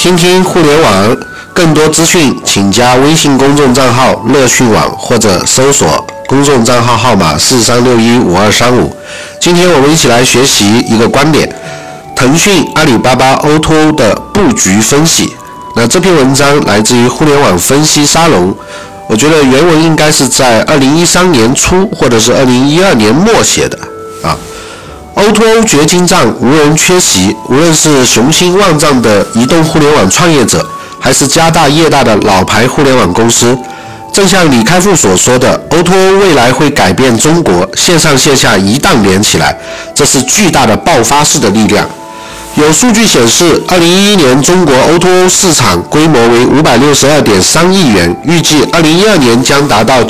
听听互联网，更多资讯请加微信公众账号乐讯网或者搜索公众账号号码43615235。今天我们一起来学习一个观点，腾讯、阿里巴巴、O2O 的布局分析。那这篇文章来自于互联网分析沙龙，我觉得原文应该是在2013年初或者是2012年末写的啊。O2O 掘金账无人缺席，无论是雄心万丈的移动互联网创业者，还是家大业大的老牌互联网公司，正像李开复所说的， O2O 未来会改变中国，线上线下一档连起来，这是巨大的爆发式的力量。有数据显示，2011年中国 O2O 市场规模为562.3亿元，预计2012年将达到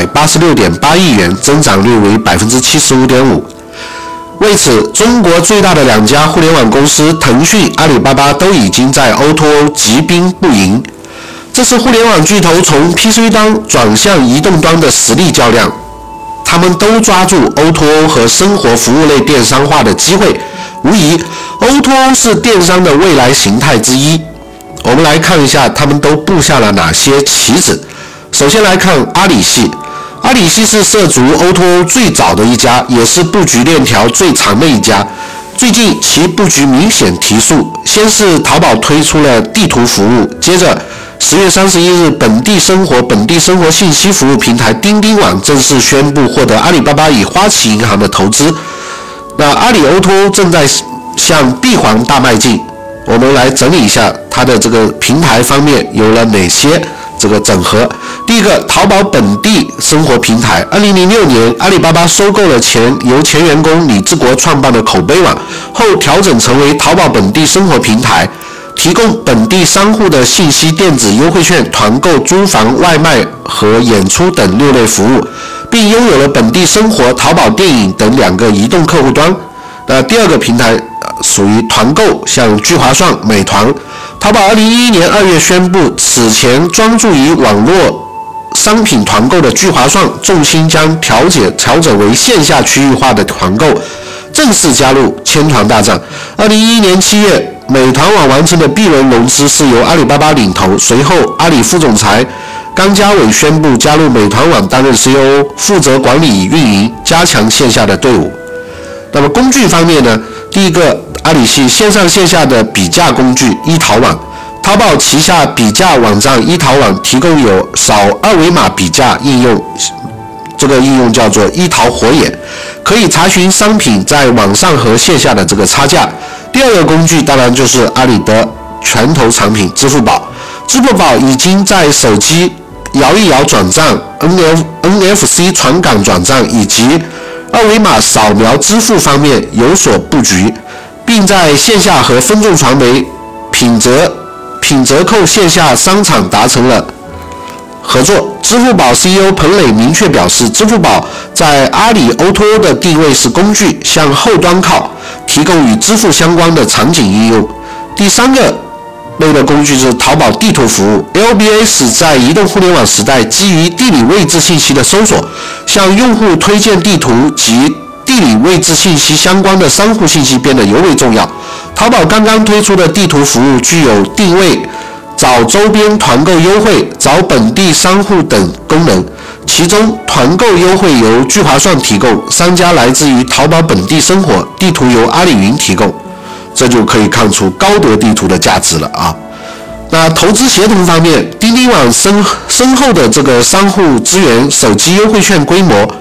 986.8亿元，增长率为 75.5%。为此，中国最大的两家互联网公司腾讯、阿里巴巴都已经在 O2O 急兵不赢。这是互联网巨头从 PC 端转向移动端的实力较量，他们都抓住 O2O 和生活服务类电商化的机会。无疑 O2O 是电商的未来形态之一。我们来看一下他们都布下了哪些棋子。首先来看阿里系，阿里系是涉足 O2O 最早的一家，也是布局链条最长的一家。最近其布局明显提速，先是淘宝推出了地图服务，接着10月31日本地生活信息服务平台钉钉网正式宣布获得阿里巴巴与花旗银行的投资。那阿里 O2O 正在向闭环大迈进，我们来整理一下它的这个平台方面有了哪些这个整合。第一个，淘宝本地生活平台。2006年，阿里巴巴收购了由前员工李志国创办的口碑网，后调整成为淘宝本地生活平台，提供本地商户的信息、电子优惠券、团购、租房、外卖和演出等6类服务，并拥有了本地生活、淘宝电影等2个移动客户端。第二个平台属于团购，像聚划算、美团。淘宝2011年2月宣布，此前专注于网络商品团购的聚划算，重心将调整为线下区域化的团购，正式加入千团大战。2011年7月，美团网完成的 B 轮融资是由阿里巴巴领投，随后阿里副总裁刚家伟宣布加入美团网担任 COO， 负责管理与运营，加强线下的队伍。那么工具方面呢，第一个，阿里系线上线下的比价工具一淘网。淘宝旗下比价网站一淘网提供有扫二维码比价应用，这个应用叫做一淘火眼，可以查询商品在网上和线下的这个差价。第二个工具当然就是阿里的拳头产品支付宝。支付宝已经在手机摇一摇转账、NFC 传感转账以及二维码扫描支付方面有所布局，并在线下和分众传媒、品折扣线下商场达成了合作。支付宝 CEO 彭磊明确表示，支付宝在阿里 O2O 的定位是工具，向后端靠，提供与支付相关的场景应用。第三个类的工具是淘宝地图服务。 LBS 在移动互联网时代，基于地理位置信息的搜索，向用户推荐地图及地理位置信息相关的商户信息变得尤为重要。淘宝刚刚推出的地图服务具有定位、找周边团购优惠、找本地商户等功能，其中团购优惠由聚划算提供，商家来自于淘宝本地生活，地图由阿里云提供，这就可以看出高德地图的价值了啊。那投资协同方面，钉钉网深厚的这个商户资源、手机优惠券规模，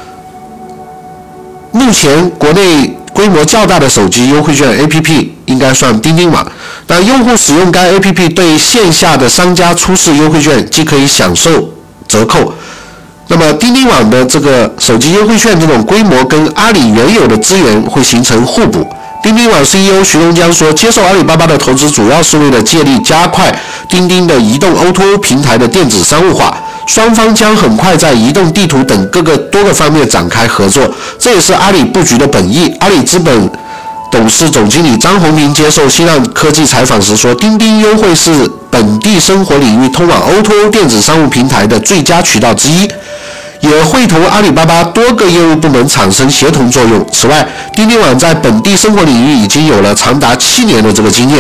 目前国内规模较大的手机优惠券 APP 应该算钉钉网。那用户使用该 APP 对线下的商家出示优惠券，既可以享受折扣。那么钉钉网的这个手机优惠券这种规模跟阿里原有的资源会形成互补。钉钉网 CEO 徐龙江说，接受阿里巴巴的投资主要是为了借力加快钉钉的移动 O2O 平台的电子商务化，双方将很快在移动地图等多个方面展开合作，这也是阿里布局的本意。阿里资本董事总经理张宏平接受新浪科技采访时说，钉钉优惠是本地生活领域通往 O2O 电子商务平台的最佳渠道之一，也会同阿里巴巴多个业务部门产生协同作用。此外，钉钉网在本地生活领域已经有了长达7年的这个经验。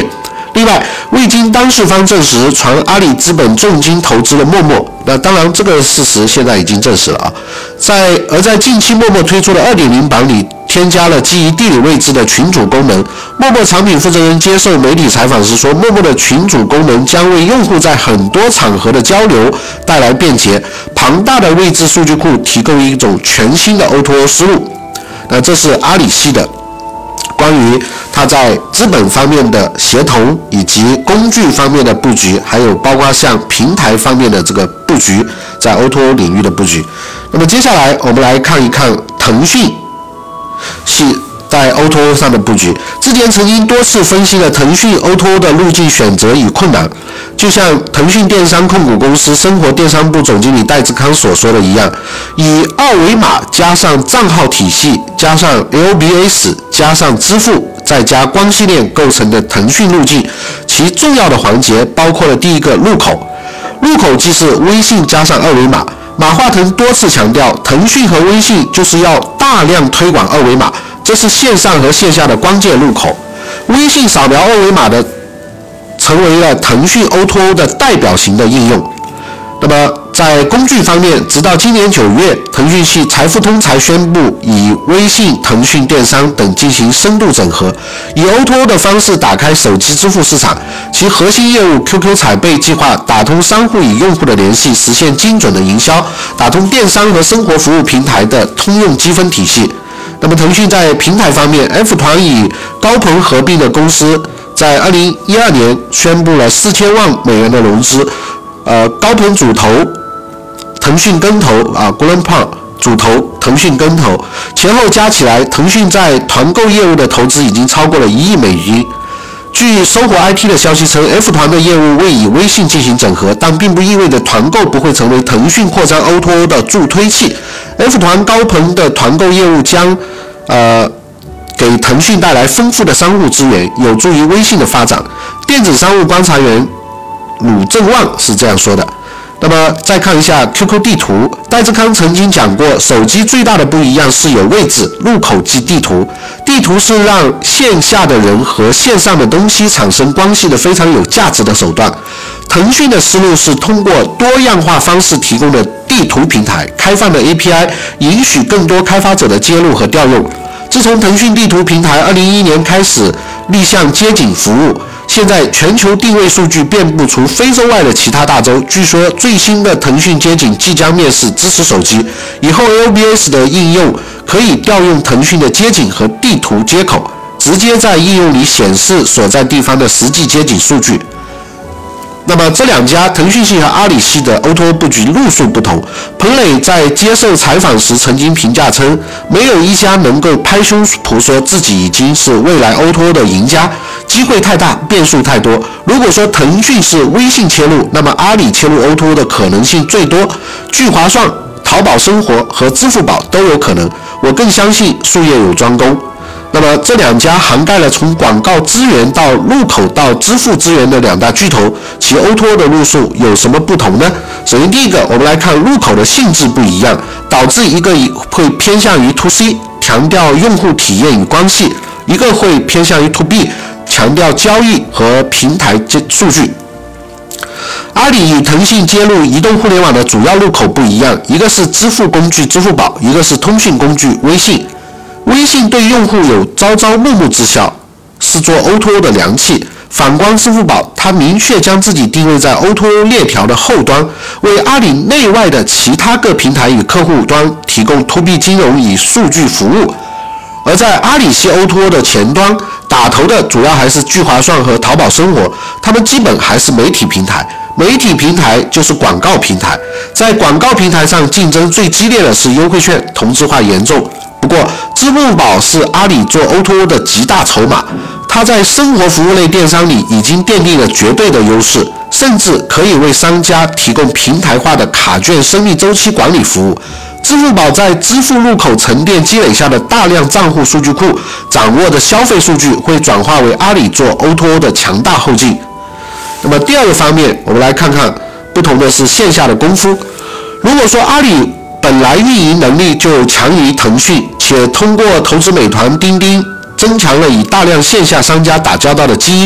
另外，未经当事方证实，传阿里资本重金投资了陌陌。那当然，这个事实现在已经证实了啊。在近期，陌陌推出的 2.0 版里，添加了基于地理位置的群组功能。陌陌产品负责人接受媒体采访时说，陌陌的群组功能将为用户在很多场合的交流带来便捷，庞大的位置数据库提供一种全新的 O2O 思路。那这是阿里系的关于它在资本方面的协同，以及工具方面的布局，还有包括像平台方面的这个布局，在 O2O 领域的布局。那么接下来我们来看一看腾讯系在 O2O 上的布局。之前曾经多次分析了腾讯 O2O 的路径选择与困难，就像腾讯电商控股公司生活电商部总经理戴志康所说的一样，以二维码加上账号体系加上 LBS 加上支付再加光系链构成的腾讯路径，其重要的环节包括了第一个入口。入口即是微信加上二维码。马化腾多次强调，腾讯和微信就是要大量推广二维码，这是线上和线下的关键入口。微信扫描二维码的成为了腾讯 O2O 的代表型的应用。那么在工具方面，直到今年9月，腾讯系财付通才宣布以微信、腾讯电商等进行深度整合，以 O2O 的方式打开手机支付市场。其核心业务 QQ 彩贝计划打通商户与用户的联系，实现精准的营销，打通电商和生活服务平台的通用积分体系。那么腾讯在平台方面 ，F 团与高朋合并的公司在2012年宣布了4000万美元的融资。高朋主投，腾讯跟投Glenpar 主投，腾讯跟投，前后加起来，腾讯在团购业务的投资已经超过了1亿美金。据搜狐 IT 的消息称 ，F 团的业务未与微信进行整合，但并不意味着团购不会成为腾讯扩张 O2O 的助推器。F 团高朋的团购业务将给腾讯带来丰富的商务资源，有助于微信的发展。电子商务观察员鲁正旺是这样说的。那么再看一下 QQ 地图，戴志康曾经讲过，手机最大的不一样是有位置，入口即地图。地图是让线下的人和线上的东西产生关系的非常有价值的手段。腾讯的思路是通过多样化方式提供的地图平台，开放的 API 允许更多开发者的接入和调用。自从腾讯地图平台2011年开始立项街景服务，现在全球定位数据遍布除非洲外的其他大洲。据说最新的腾讯街景即将面世支持手机，以后 LBS 的应用可以调用腾讯的街景和地图接口，直接在应用里显示所在地方的实际街景数据。那么这两家腾讯系和阿里系的 O2O 布局路数不同。彭磊在接受采访时曾经评价称，没有一家能够拍胸脯说自己已经是未来 O2O 的赢家，机会太大，变数太多。如果说腾讯是微信切入，那么阿里切入 O2O 的可能性最多，聚划算、淘宝生活和支付宝都有可能。我更相信术业有专攻。那么这两家涵盖了从广告资源到入口到支付资源的两大巨头，其 O2O 的路数有什么不同呢？首先第一个，我们来看入口的性质不一样，导致一个会偏向于 To C， 强调用户体验与关系；一个会偏向于 To B， 强调交易和平台数据。阿里与腾讯接入移动互联网的主要入口不一样，一个是支付工具支付宝，一个是通讯工具微信。微信对用户有朝朝暮暮之效，是做 O2O 的良器。反观支付宝，它明确将自己定位在 O2O 链条的后端，为阿里内外的其他各平台与客户端提供 To B 金融与数据服务。而在阿里系 O2O 的前端，打头的主要还是聚划算和淘宝生活，他们基本还是媒体平台。媒体平台就是广告平台，在广告平台上竞争最激烈的是优惠券，同质化严重。不过支付宝是阿里做 O2O 的极大筹码，它在生活服务类电商里已经奠定了绝对的优势，甚至可以为商家提供平台化的卡券生命周期管理服务。支付宝在支付入口沉淀积累下的大量账户数据库，掌握的消费数据会转化为阿里做 O2O 的强大后劲。那么第二个方面，我们来看看不同的是线下的功夫。如果说阿里本来运营能力就强于腾讯，且通过投资美团、钉钉增强了与大量线下商家打交道的基因，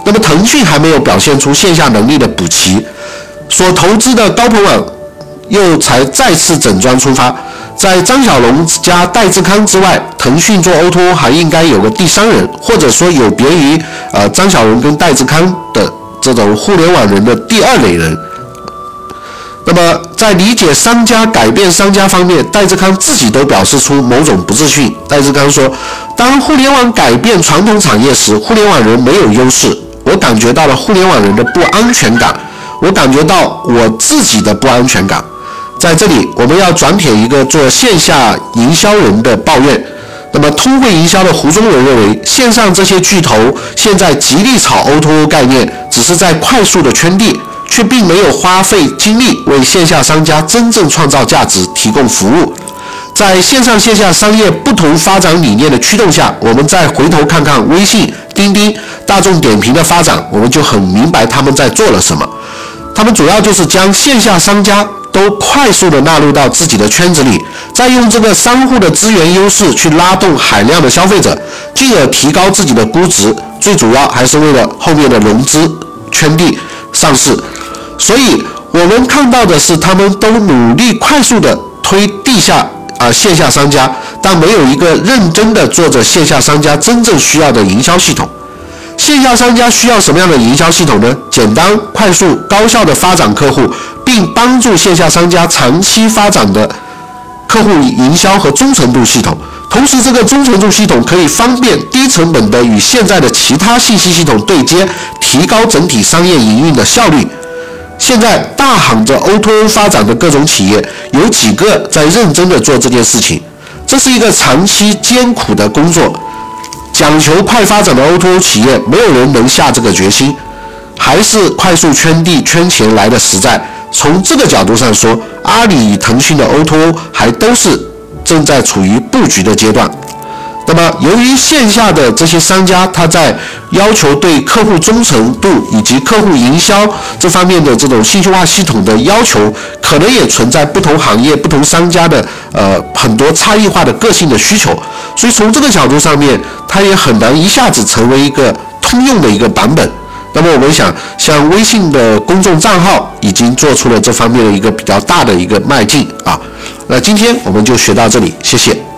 那么腾讯还没有表现出线下能力的补齐，所投资的高朋网又才再次整装出发。在张小龙加戴志康之外，腾讯做 O2O 还应该有个第三人，或者说有别于张小龙跟戴志康的这种互联网人的第二类人。那么在理解商家、改变商家方面，戴志康自己都表示出某种不自信。戴志康说，当互联网改变传统产业时，互联网人没有优势，我感觉到了互联网人的不安全感，我感觉到我自己的不安全感。在这里我们要转帖一个做线下营销人的抱怨。那么通汇营销的胡宗文认为，线上这些巨头现在极力炒 O2O 概念，只是在快速的圈地，却并没有花费精力为线下商家真正创造价值，提供服务。在线上线下商业不同发展理念的驱动下，我们再回头看看微信、钉钉、大众点评的发展，我们就很明白他们在做了什么。他们主要就是将线下商家都快速的纳入到自己的圈子里，再用这个商户的资源优势去拉动海量的消费者，进而提高自己的估值，最主要还是为了后面的融资、圈地、上市。所以我们看到的是，他们都努力快速的推地下线下商家，但没有一个认真的做着线下商家真正需要的营销系统。线下商家需要什么样的营销系统呢？简单、快速、高效的发展客户，并帮助线下商家长期发展的客户营销和忠诚度系统。同时，这个忠诚度系统可以方便低成本的与现在的其他信息系统对接，提高整体商业营运的效率。现在大喊着 O2O 发展的各种企业，有几个在认真的做这件事情？这是一个长期艰苦的工作。讲求快发展的 O2O 企业，没有人能下这个决心，还是快速圈地圈钱来的实在。从这个角度上说，阿里与腾讯的 O2O 还都是正在处于布局的阶段。那么由于线下的这些商家，他在要求对客户忠诚度以及客户营销这方面的这种信息化系统的要求，可能也存在不同行业、不同商家的很多差异化的个性的需求，所以从这个角度上面，它也很难一下子成为一个通用的一个版本。那么我们想，像微信的公众账号已经做出了这方面的一个比较大的一个迈进啊。那今天我们就学到这里，谢谢。